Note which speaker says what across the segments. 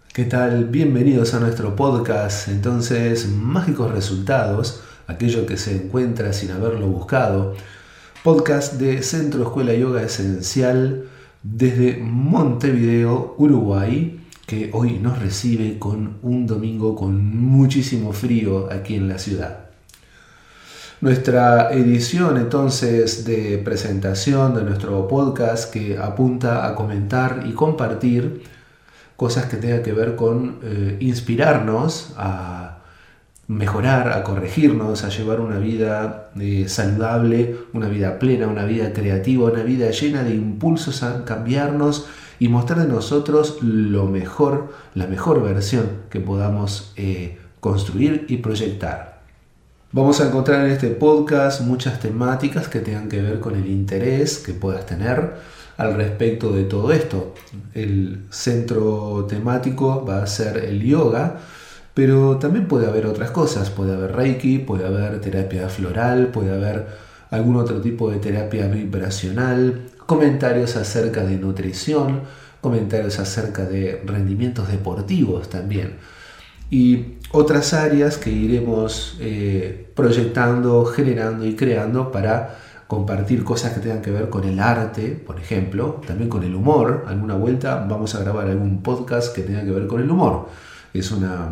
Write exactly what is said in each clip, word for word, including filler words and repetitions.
Speaker 1: ¿Qué tal? Bienvenidos a nuestro podcast. Entonces, mágicos resultados, aquello que se encuentra sin haberlo buscado. Podcast de Centro Escuela Yoga Esencial desde Montevideo, Uruguay, que hoy nos recibe con un domingo con muchísimo frío aquí en la ciudad. Nuestra edición entonces de presentación de nuestro podcast que apunta a comentar y compartir cosas que tengan que ver con eh, inspirarnos a mejorar, a corregirnos, a llevar una vida eh, saludable, una vida plena, una vida creativa, una vida llena de impulsos a cambiarnos y mostrar de nosotros lo mejor, la mejor versión que podamos eh, construir y proyectar. Vamos a encontrar en este podcast muchas temáticas que tengan que ver con el interés que puedas tener al respecto de todo esto. El centro temático va a ser el yoga, pero también puede haber otras cosas. Puede haber reiki, puede haber terapia floral, puede haber algún otro tipo de terapia vibracional, comentarios acerca de nutrición, comentarios acerca de rendimientos deportivos también. Y otras áreas que iremos eh, proyectando, generando y creando para compartir cosas que tengan que ver con el arte, por ejemplo, también con el humor. Alguna vuelta vamos a grabar algún podcast que tenga que ver con el humor. Es una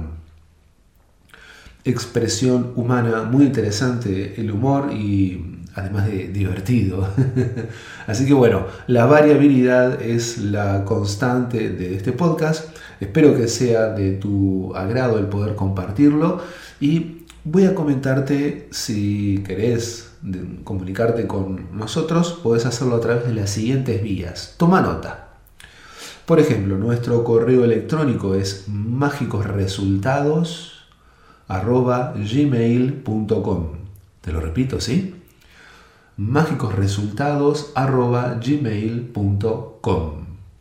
Speaker 1: expresión humana muy interesante el humor y además de divertido. Así que bueno, la variabilidad es la constante de este podcast. Espero que sea de tu agrado el poder compartirlo y voy a comentarte, si querés comunicarte con nosotros, podés hacerlo a través de las siguientes vías. Toma nota. Por ejemplo, nuestro correo electrónico es mágicosresultados arroba gmail punto com. Te lo repito, ¿sí? mágicosresultados arroba gmail punto com.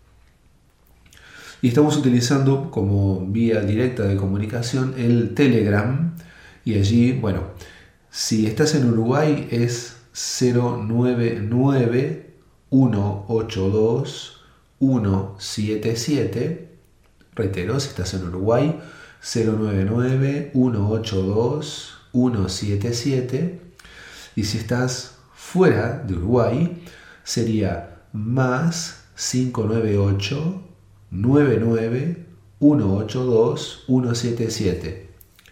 Speaker 1: Y estamos utilizando como vía directa de comunicación el Telegram. Y allí, bueno, si estás en Uruguay es cero nueve nueve uno ocho dos uno siete siete. Reitero, si estás en Uruguay, cero nueve nueve uno ocho dos uno siete siete. Y si estás fuera de Uruguay, sería más cinco nueve ocho nueve nueve uno ocho dos uno siete siete.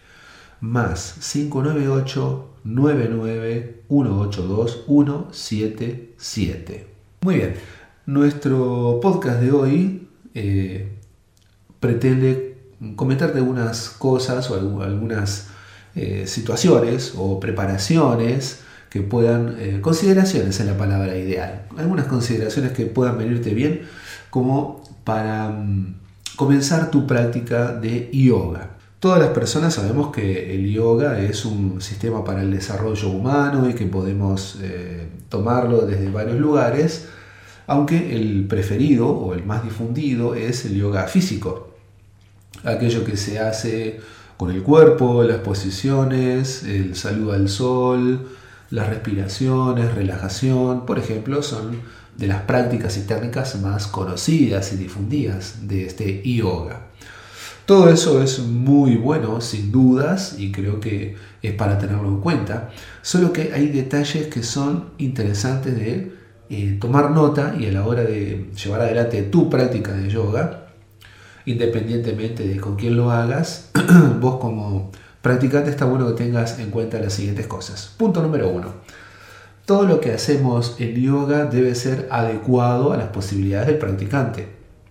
Speaker 1: Más cinco nueve ocho nueve nueve uno ocho dos uno siete siete. Muy bien, nuestro podcast de hoy eh, pretende comentarte algunas cosas o algunas eh, situaciones o preparaciones que puedan, eh, consideraciones es la palabra ideal, algunas consideraciones que puedan venirte bien como para um, comenzar tu práctica de yoga. Todas las personas sabemos que el yoga es un sistema para el desarrollo humano y que podemos eh, tomarlo desde varios lugares, aunque el preferido o el más difundido es el yoga físico, aquello que se hace con el cuerpo, las posiciones, el saludo al sol, las respiraciones, relajación, por ejemplo, son de las prácticas y técnicas más conocidas y difundidas de este yoga. Todo eso es muy bueno, sin dudas, y creo que es para tenerlo en cuenta, solo que hay detalles que son interesantes de eh, tomar nota y a la hora de llevar adelante tu práctica de yoga, independientemente de con quién lo hagas, vos como practicante está bueno que tengas en cuenta las siguientes cosas. Punto número uno. Todo lo que hacemos en yoga debe ser adecuado a las posibilidades del practicante.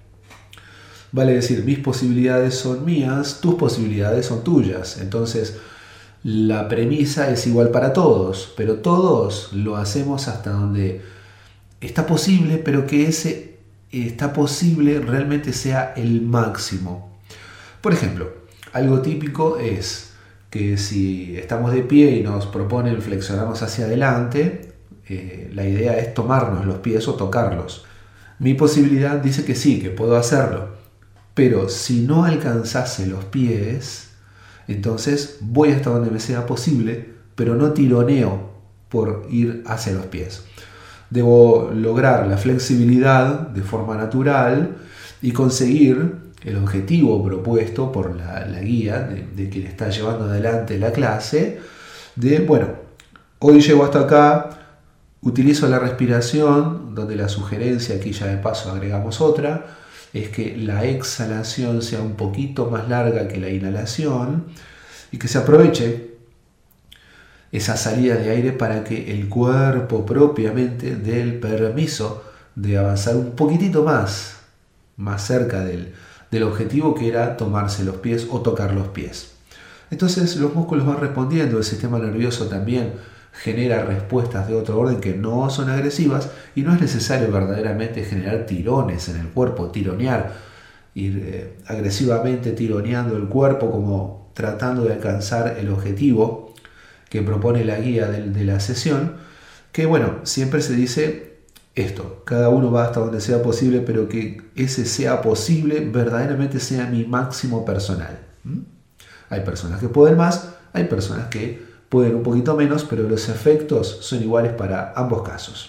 Speaker 1: Vale decir, mis posibilidades son mías, tus posibilidades son tuyas. Entonces, la premisa es igual para todos, pero todos lo hacemos hasta donde está posible, pero que ese está posible realmente sea el máximo. Por ejemplo, algo típico es que si estamos de pie y nos proponen flexionarnos hacia adelante, eh, la idea es tomarnos los pies o tocarlos. Mi posibilidad dice que sí, que puedo hacerlo, pero si no alcanzase los pies, entonces voy hasta donde me sea posible, pero no tironeo por ir hacia los pies. Debo lograr la flexibilidad de forma natural y conseguir el objetivo propuesto por la, la guía de, de quien está llevando adelante la clase, de, bueno, hoy llego hasta acá, utilizo la respiración, donde la sugerencia, aquí ya de paso agregamos otra, es que la exhalación sea un poquito más larga que la inhalación y que se aproveche esa salida de aire para que el cuerpo propiamente dé el permiso de avanzar un poquitito más, más cerca del, del objetivo, que era tomarse los pies o tocar los pies. Entonces los músculos van respondiendo, el sistema nervioso también genera respuestas de otro orden que no son agresivas, y no es necesario verdaderamente generar tirones en el cuerpo, tironear, ir eh, agresivamente tironeando el cuerpo como tratando de alcanzar el objetivo que propone la guía de, de la sesión, que bueno, siempre se dice esto, cada uno va hasta donde sea posible, pero que ese sea posible verdaderamente sea mi máximo personal. ¿Mm? Hay personas que pueden más, hay personas que pueden un poquito menos, pero los efectos son iguales para ambos casos.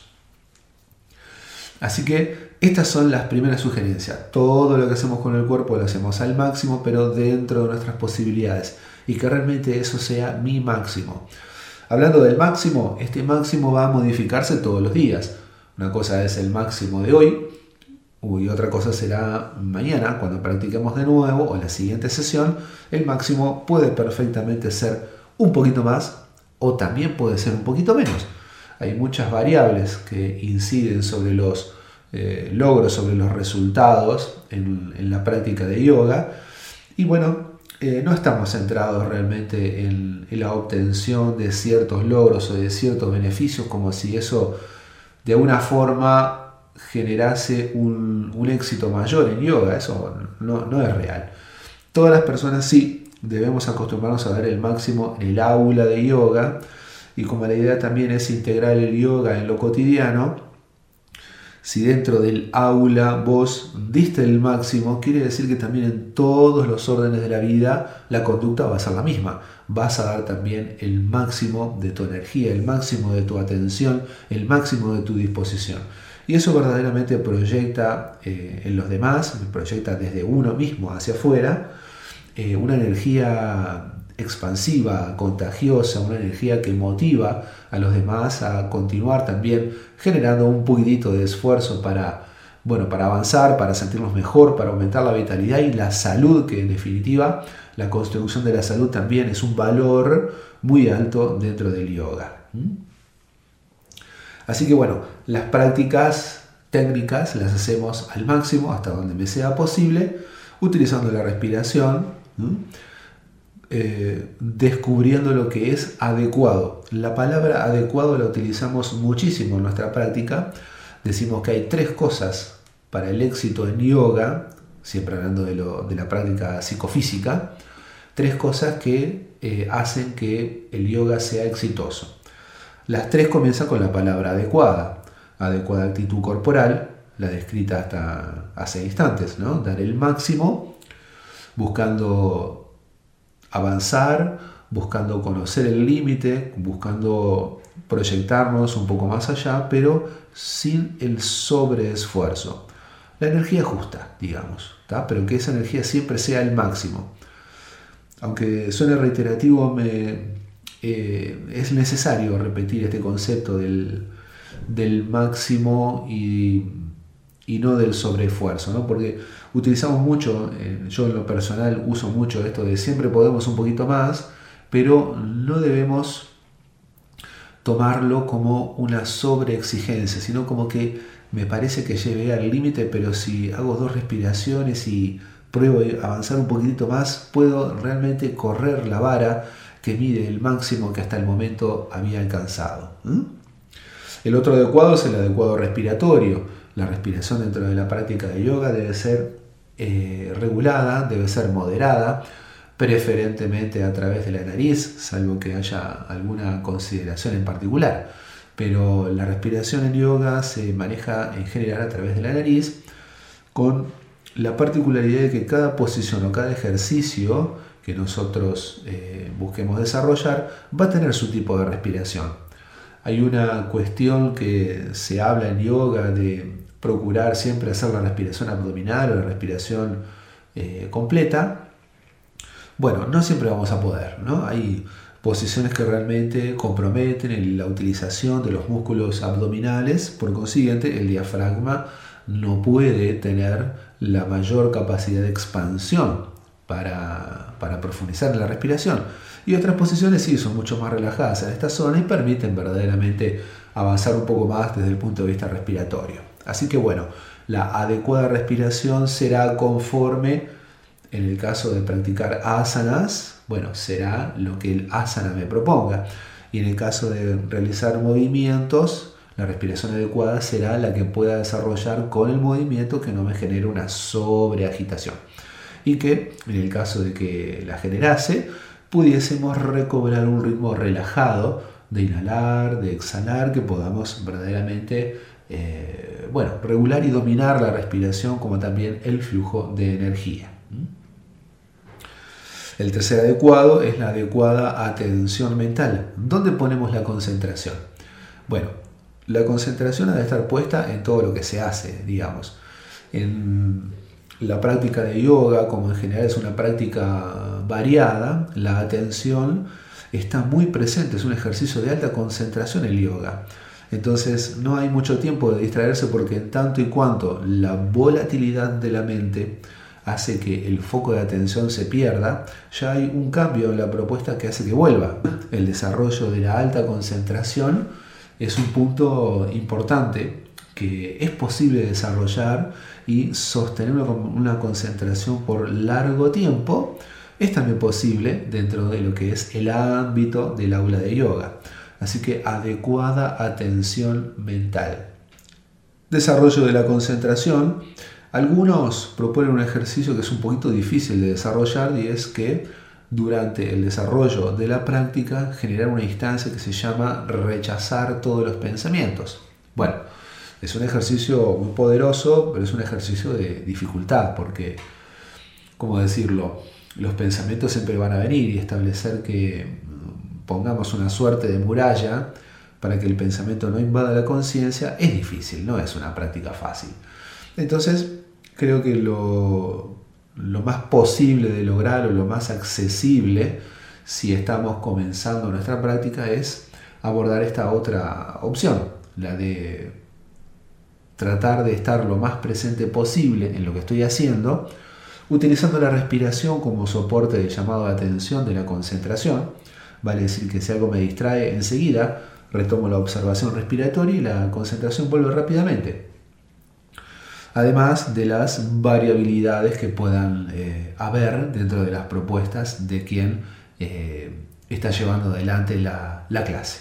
Speaker 1: Así que estas son las primeras sugerencias. Todo lo que hacemos con el cuerpo lo hacemos al máximo, pero dentro de nuestras posibilidades, y que realmente eso sea mi máximo. Hablando del máximo, este máximo va a modificarse todos los días. Una cosa es el máximo de hoy, y otra cosa será mañana, cuando practiquemos de nuevo, o la siguiente sesión. El máximo puede perfectamente ser un poquito más, o también puede ser un poquito menos. Hay muchas variables que inciden sobre los eh, logros, sobre los resultados en, en la práctica de yoga, y bueno, eh, no estamos centrados realmente en, en la obtención de ciertos logros o de ciertos beneficios, como si eso de alguna forma generase un, un éxito mayor en yoga. Eso no, no es real. Todas las personas sí debemos acostumbrarnos a dar el máximo en el aula de yoga, y como la idea también es integrar el yoga en lo cotidiano, si dentro del aula vos diste el máximo, quiere decir que también en todos los órdenes de la vida la conducta va a ser la misma. Vas a dar también el máximo de tu energía, el máximo de tu atención, el máximo de tu disposición. Y eso verdaderamente proyecta eh, en los demás, proyecta desde uno mismo hacia afuera, eh, una energía expansiva, contagiosa, una energía que motiva a los demás a continuar también generando un poquitito de esfuerzo para, bueno, para avanzar, para sentirnos mejor, para aumentar la vitalidad y la salud, que en definitiva la construcción de la salud también es un valor muy alto dentro del yoga. Así que bueno, las prácticas técnicas las hacemos al máximo hasta donde me sea posible, utilizando la respiración, ¿no? Eh, descubriendo lo que es adecuado. La palabra adecuado la utilizamos muchísimo en nuestra práctica. Decimos que hay tres cosas para el éxito en yoga, siempre hablando de, lo, de la práctica psicofísica, tres cosas que eh, hacen que el yoga sea exitoso. Las tres comienzan con la palabra adecuada. Adecuada actitud corporal, la descrita hasta hace instantes, ¿no? Dar el máximo, buscando avanzar, buscando conocer el límite, buscando proyectarnos un poco más allá, pero sin el sobreesfuerzo. La energía justa, digamos, ¿tá? Pero que esa energía siempre sea el máximo. Aunque suene reiterativo, me, eh, es necesario repetir este concepto del, del máximo y, y no del sobreesfuerzo, ¿no? Porque utilizamos mucho, eh, yo en lo personal uso mucho esto de siempre podemos un poquito más, pero no debemos tomarlo como una sobreexigencia, sino como que me parece que llegué al límite, pero si hago dos respiraciones y pruebo a avanzar un poquitito más, puedo realmente correr la vara que mide el máximo que hasta el momento había alcanzado. ¿Mm? El otro adecuado es el adecuado respiratorio. La respiración dentro de la práctica de yoga debe ser eh, regulada, debe ser moderada, preferentemente a través de la nariz, salvo que haya alguna consideración en particular. Pero la respiración en yoga se maneja en general a través de la nariz, con la particularidad de que cada posición o cada ejercicio que nosotros eh, busquemos desarrollar va a tener su tipo de respiración. Hay una cuestión que se habla en yoga de procurar siempre hacer la respiración abdominal o la respiración eh, completa, bueno, no siempre vamos a poder, ¿no? Hay posiciones que realmente comprometen la utilización de los músculos abdominales, por consiguiente el diafragma no puede tener la mayor capacidad de expansión para, para profundizar en la respiración. Y otras posiciones sí son mucho más relajadas en esta zona y permiten verdaderamente avanzar un poco más desde el punto de vista respiratorio. Así que bueno, la adecuada respiración será conforme, en el caso de practicar asanas, bueno, será lo que el asana me proponga. Y en el caso de realizar movimientos, la respiración adecuada será la que pueda desarrollar con el movimiento que no me genere una sobreagitación. Y que, en el caso de que la generase, pudiésemos recobrar un ritmo relajado de inhalar, de exhalar, que podamos verdaderamente eh, bueno, regular y dominar la respiración como también el flujo de energía. El tercer adecuado es la adecuada atención mental. ¿Dónde ponemos la concentración? Bueno, la concentración ha de estar puesta en todo lo que se hace, digamos. En la práctica de yoga, como en general es una práctica variada, la atención está muy presente, es un ejercicio de alta concentración el yoga. Entonces no hay mucho tiempo de distraerse, porque en tanto y cuanto la volatilidad de la mente hace que el foco de atención se pierda, ya hay un cambio en la propuesta que hace que vuelva. El desarrollo de la alta concentración es un punto importante que es posible desarrollar, y sostener una concentración por largo tiempo es también posible dentro de lo que es el ámbito del aula de yoga. Así que adecuada atención mental. Desarrollo de la concentración. Algunos proponen un ejercicio que es un poquito difícil de desarrollar, y es que durante el desarrollo de la práctica generar una instancia que se llama rechazar todos los pensamientos. Bueno, es un ejercicio muy poderoso, pero es un ejercicio de dificultad, porque, ¿cómo decirlo?, los pensamientos siempre van a venir, y establecer que pongamos una suerte de muralla para que el pensamiento no invada la conciencia es difícil, no es una práctica fácil. Entonces, creo que lo, lo más posible de lograr, o lo más accesible, si estamos comenzando nuestra práctica, es abordar esta otra opción, la de tratar de estar lo más presente posible en lo que estoy haciendo, utilizando la respiración como soporte de llamado de atención de la concentración. Vale decir que si algo me distrae, enseguida retomo la observación respiratoria y la concentración vuelve rápidamente. Además de las variabilidades que puedan eh, haber dentro de las propuestas de quien eh, está llevando adelante la, la clase.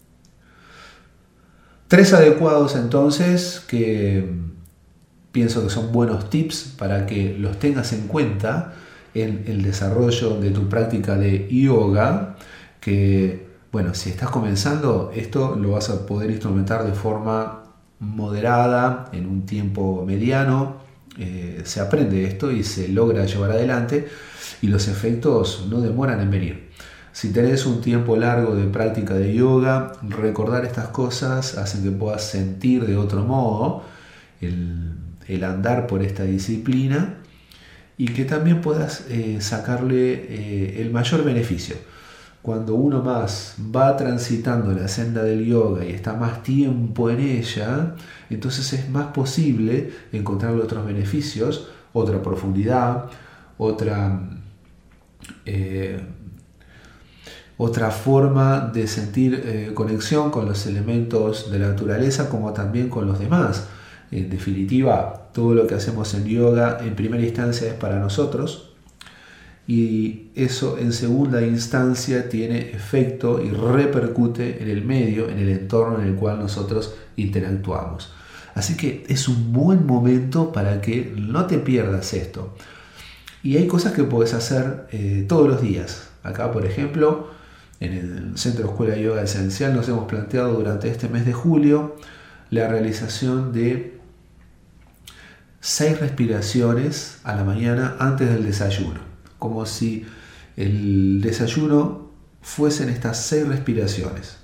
Speaker 1: Tres adecuados entonces, que pienso que son buenos tips para que los tengas en cuenta en el desarrollo de tu práctica de yoga, que, bueno, si estás comenzando, esto lo vas a poder instrumentar de forma moderada, en un tiempo mediano. Eh, se aprende esto y se logra llevar adelante, y los efectos no demoran en venir. Si tenés un tiempo largo de práctica de yoga, recordar estas cosas hacen que puedas sentir de otro modo el, el andar por esta disciplina, y que también puedas eh, sacarle eh, el mayor beneficio. Cuando uno más va transitando la senda del yoga y está más tiempo en ella, entonces es más posible encontrarle otros beneficios, otra profundidad, otra... Eh, otra forma de sentir eh, conexión con los elementos de la naturaleza, como también con los demás. En definitiva, todo lo que hacemos en yoga en primera instancia es para nosotros, y eso en segunda instancia tiene efecto y repercute en el medio, en el entorno en el cual nosotros interactuamos. Así que es un buen momento para que no te pierdas esto. Y hay cosas que puedes hacer eh, todos los días. Acá, por ejemplo, en el Centro Escuela de Yoga Esencial nos hemos planteado durante este mes de julio la realización de seis respiraciones a la mañana antes del desayuno, como si el desayuno fuesen estas seis respiraciones.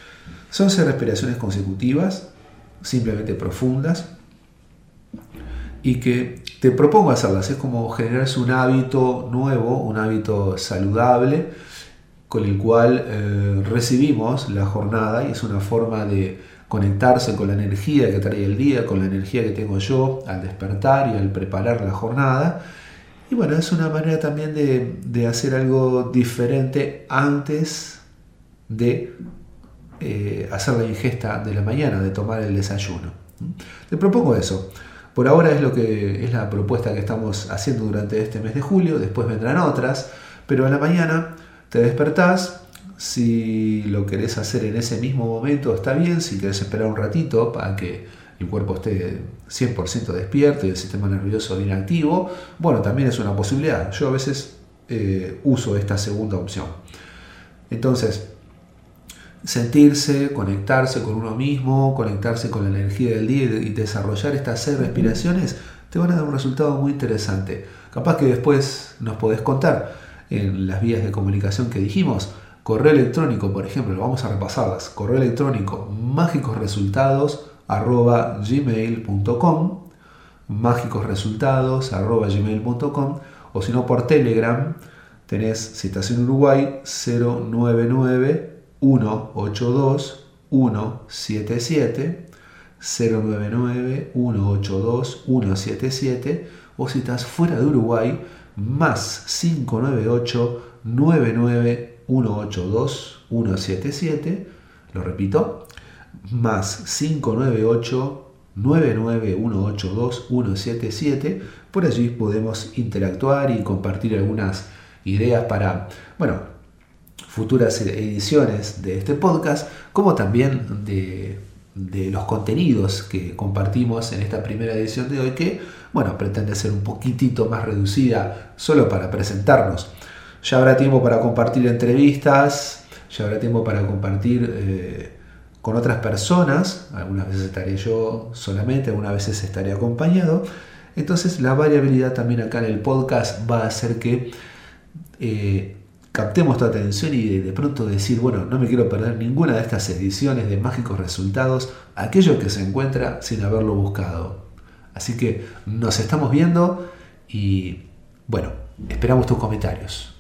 Speaker 1: Son seis respiraciones consecutivas, simplemente profundas, y que te propongo hacerlas. Es como generarse un hábito nuevo, un hábito saludable, con el cual eh, recibimos la jornada, y es una forma de conectarse con la energía que trae el día, con la energía que tengo yo al despertar y al preparar la jornada. Y bueno, es una manera también de, de hacer algo diferente antes de eh, hacer la ingesta de la mañana, de tomar el desayuno. Te propongo eso. Por ahora es lo que es la propuesta que estamos haciendo durante este mes de julio. Después vendrán otras, pero a la mañana te despertás. Si lo querés hacer en ese mismo momento está bien. Si querés esperar un ratito para que el cuerpo esté cien por ciento despierto y el sistema nervioso bien activo, bueno, también es una posibilidad. Yo a veces eh, uso esta segunda opción. Entonces, sentirse, conectarse con uno mismo, conectarse con la energía del día y desarrollar estas seis respiraciones te van a dar un resultado muy interesante. Capaz que después nos podés contar en las vías de comunicación que dijimos. Correo electrónico, por ejemplo, vamos a repasarlas. Correo electrónico mágicosresultados arroba gmail punto com, mágicosresultados arroba gmail punto com, o si no por Telegram tenés, si estás en Uruguay, cero nueve nueve uno ocho dos uno siete siete, cero nueve nueve uno ocho dos uno siete siete, o si estás fuera de Uruguay, más cinco nueve ocho nueve nueve uno ocho dos uno siete siete, lo repito, más cinco nueve ocho nueve nueve uno ocho dos uno siete siete. Por allí podemos interactuar y compartir algunas ideas para, bueno, futuras ediciones de este podcast, como también de, de los contenidos que compartimos en esta primera edición de hoy, que, bueno, pretende ser un poquitito más reducida solo para presentarnos. Ya habrá tiempo para compartir entrevistas, ya habrá tiempo para compartir eh, con otras personas. Algunas veces estaré yo solamente, algunas veces estaré acompañado. Entonces la variabilidad también acá en el podcast va a hacer que eh, captemos tu atención y de, de pronto decir, bueno, no me quiero perder ninguna de estas ediciones de Mágicos Resultados, aquello que se encuentra sin haberlo buscado. Así que nos estamos viendo y, bueno, esperamos tus comentarios.